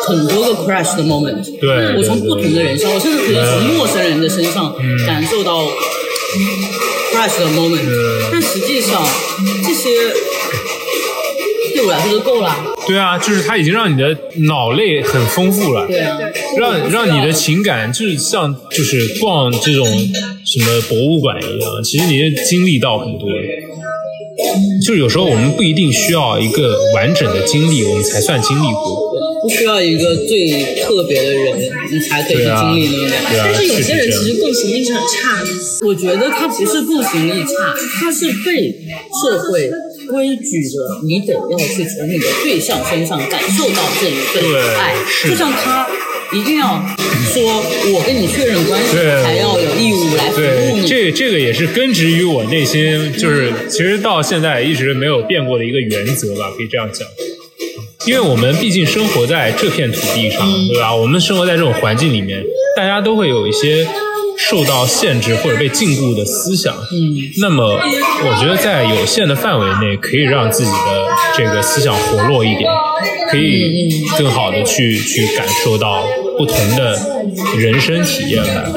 很多个 crush 的 moment。 对， 我从不同的人身上，我甚至可以从陌生人的身上感受到 crush 的 moment。但实际上，这些对我来说就够了。 对啊，就是它已经让你的脑类很丰富了。 对啊， 让让你的情感就是像就是逛这种什么博物馆一样，其实你经历到很多。就是有时候我们不一定需要一个完整的经历，我们才算经历过。 不需要一个最特别的人，你才可以去经历那个感觉。 但是有些人其实共情力是很差的。 我觉得他不是共情力差，他是被社会规矩着，你得要去从你的对象身上感受到这一份爱。就像他一定要说我跟你确认关系，才要有义务来服务你。 这这个也是根植于我内心，就是其实到现在一直没有变过的一个原则吧，可以这样讲。因为我们毕竟生活在这片土地上，对吧？我们生活在这种环境里面，大家都会有一些受到限制或者被禁锢的思想。嗯，那么我觉得在有限的范围内，可以让自己的这个思想活络一点，可以更好的去去感受到不同的人生体验吧。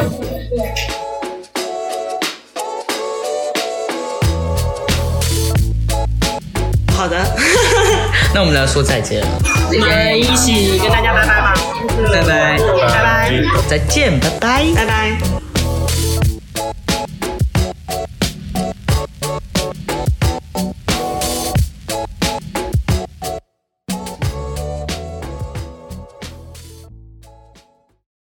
好的。那我们来说再见了， 我们一起跟大家拜拜吧， 拜拜， 拜拜， 再见，拜拜， 拜拜。